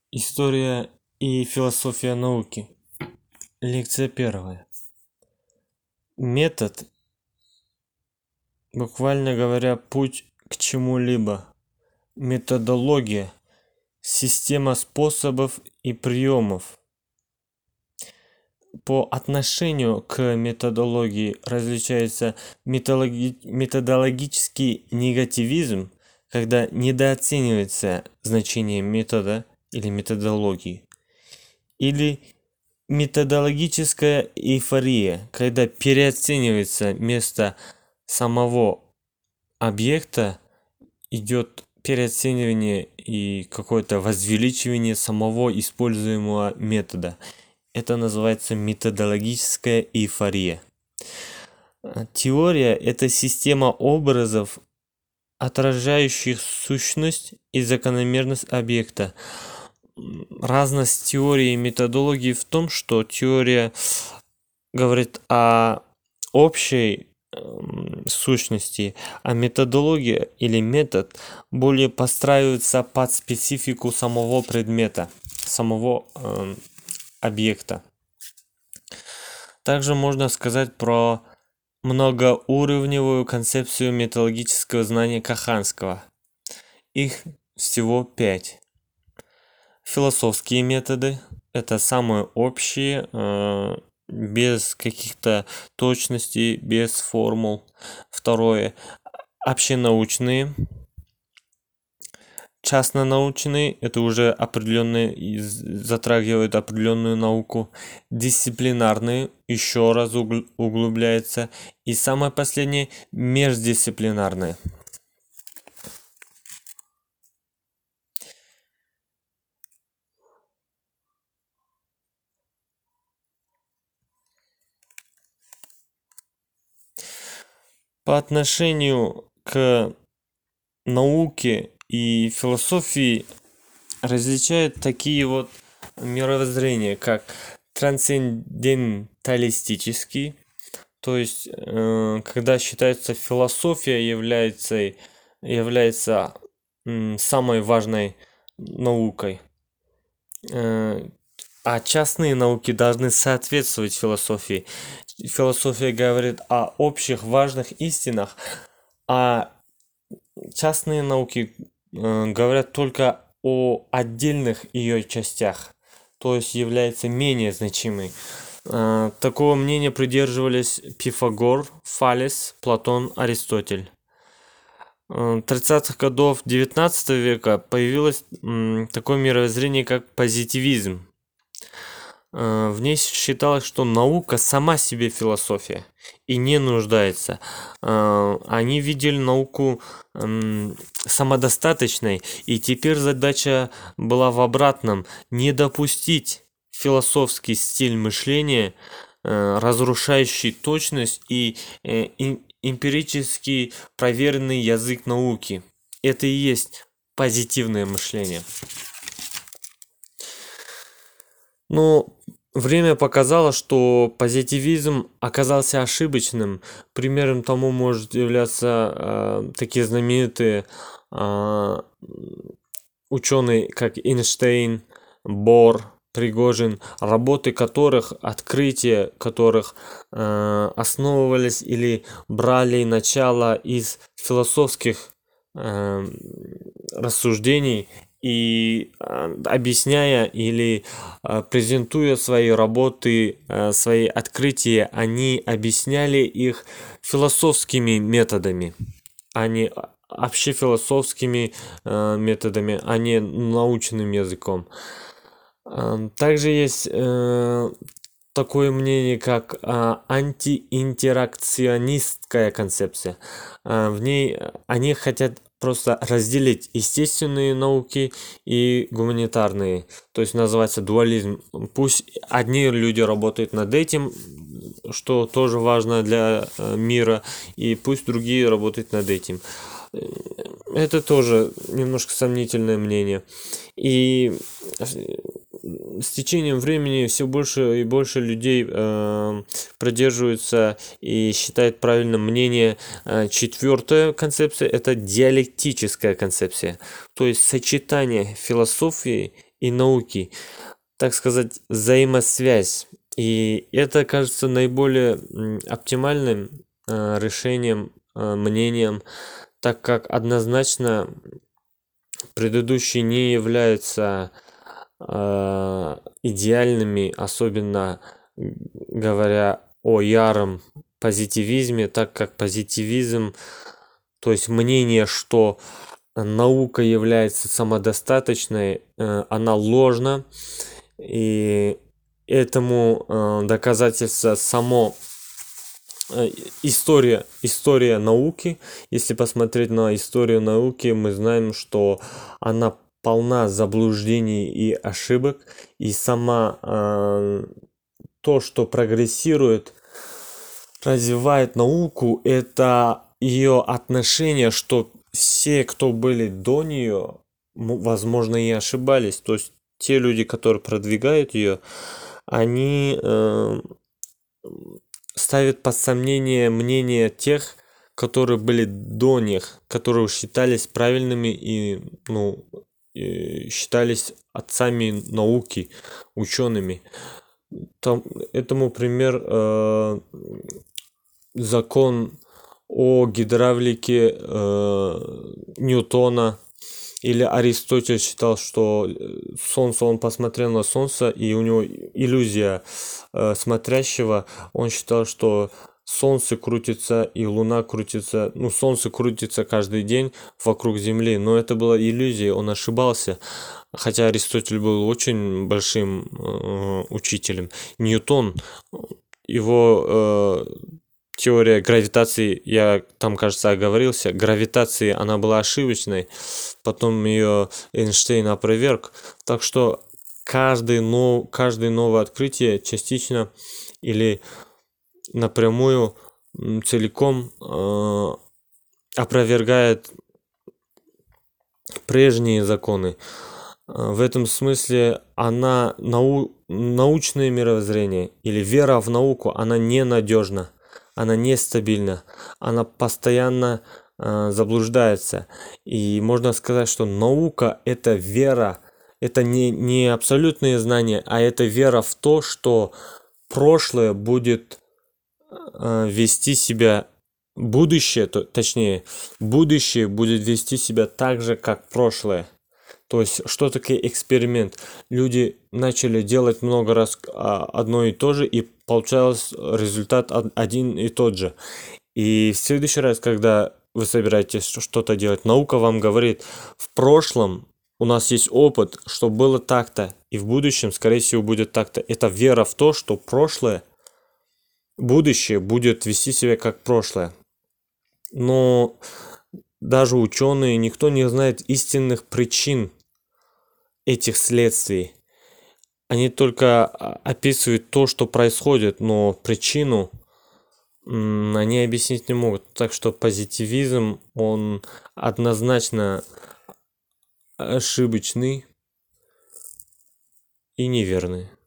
История и философия науки. Лекция первая. Метод, буквально говоря, путь к чему-либо. Методология, система способов и приемов. По отношению к методологии различается методологический негативизм, когда недооценивается значение метода или методологии, или методологическая эйфория, когда переоценивается место самого объекта, идет переоценивание и какое-то возвеличивание самого используемого метода. Это называется методологическая эйфория. Теория – это система образов, отражающих сущность и закономерность объекта. Разность теории и методологии в том, что теория говорит о общей сущности, а методология или метод более подстраивается под специфику самого предмета, самого объекта. Также можно сказать про многоуровневую концепцию методологического знания Коханского. Их всего 5. Философские методы – это самые общие, без каких-то точностей, без формул. Второе – общенаучные. Частнонаучные – это уже определенные, затрагивают определенную науку. Дисциплинарные еще раз углубляется. И самое последнее – междисциплинарные. По отношению к науке и философии различают такие вот мировоззрения, как трансценденталистический, то есть когда считается философия является самой важной наукой, а частные науки должны соответствовать философии. Философия говорит о общих важных истинах, а частные науки говорят только о отдельных ее частях, то есть является менее значимой. Такого мнения придерживались Пифагор, Фалес, Платон, Аристотель. В 30-х годов 19 века появилось такое мировоззрение, как позитивизм. В ней считалось, что наука сама себе философия и не нуждается. Они видели науку самодостаточной, и теперь задача была в обратном – не допустить философский стиль мышления, разрушающий точность и эмпирически проверенный язык науки. Это и есть позитивное мышление. Но время показало, что позитивизм оказался ошибочным. Примером тому может являться такие знаменитые ученые, как Эйнштейн, Бор, Пригожин, работы которых, открытия которых основывались или брали начало из философских рассуждений, и объясняя или презентуя свои работы, свои открытия, они объясняли их философскими методами, а не общефилософскими методами, а не научным языком. Также есть такое мнение, как антиинтеракционистская концепция. В ней они хотят просто разделить естественные науки и гуманитарные, то есть называется дуализм. Пусть одни люди работают над этим, что тоже важно для мира, и пусть другие работают над этим. Это тоже немножко сомнительное мнение. И с течением времени все больше и больше людей придерживаются и считают правильным мнение. Четвертая концепция – это диалектическая концепция, то есть сочетание философии и науки, так сказать, взаимосвязь. И это кажется наиболее оптимальным решением, мнением, так как однозначно предыдущие не являются идеальными, особенно говоря о яром позитивизме, так как позитивизм, то есть мнение, что наука является самодостаточной, она ложна, и этому доказательство само история науки. Если посмотреть на историю науки, мы знаем, что она полна заблуждений и ошибок, и сама то, что прогрессирует, развивает науку, это ее отношение, что все, кто были до нее, возможно, и ошибались. То есть те люди, которые продвигают ее, они ставят под сомнение мнение тех, которые были до них, которые считались правильными и, считались отцами науки, учеными. Этому пример закон о гидравлике Ньютона, или Аристотель считал, что солнце, он посмотрел на солнце, и у него иллюзия смотрящего, он считал, что солнце крутится и луна крутится, солнце крутится каждый день вокруг Земли, но это была иллюзия, он ошибался, хотя Аристотель был очень большим учителем. Ньютон, его теория гравитации, я там, кажется, оговорился, гравитации, она была ошибочной, потом ее Эйнштейн опроверг, так что каждое новое открытие частично или напрямую, целиком опровергает прежние законы. В этом смысле научное мировоззрение или вера в науку, она ненадежна, она нестабильна, она постоянно заблуждается. И можно сказать, что наука – это вера, это не абсолютные знания, а это вера в то, что прошлое будет вести себя, будущее будет вести себя так же, как прошлое. То есть, что такое эксперимент? Люди начали делать много раз одно и то же, и получался результат один и тот же. И в следующий раз, когда вы собираетесь что-то делать, наука вам говорит, в прошлом у нас есть опыт, что было так-то, и в будущем, скорее всего, будет так-то. Это вера в то, что будущее будет вести себя как прошлое. Но даже ученые, никто не знает истинных причин этих следствий. Они только описывают то, что происходит, но причину они объяснить не могут. Так что позитивизм, он однозначно ошибочный и неверный.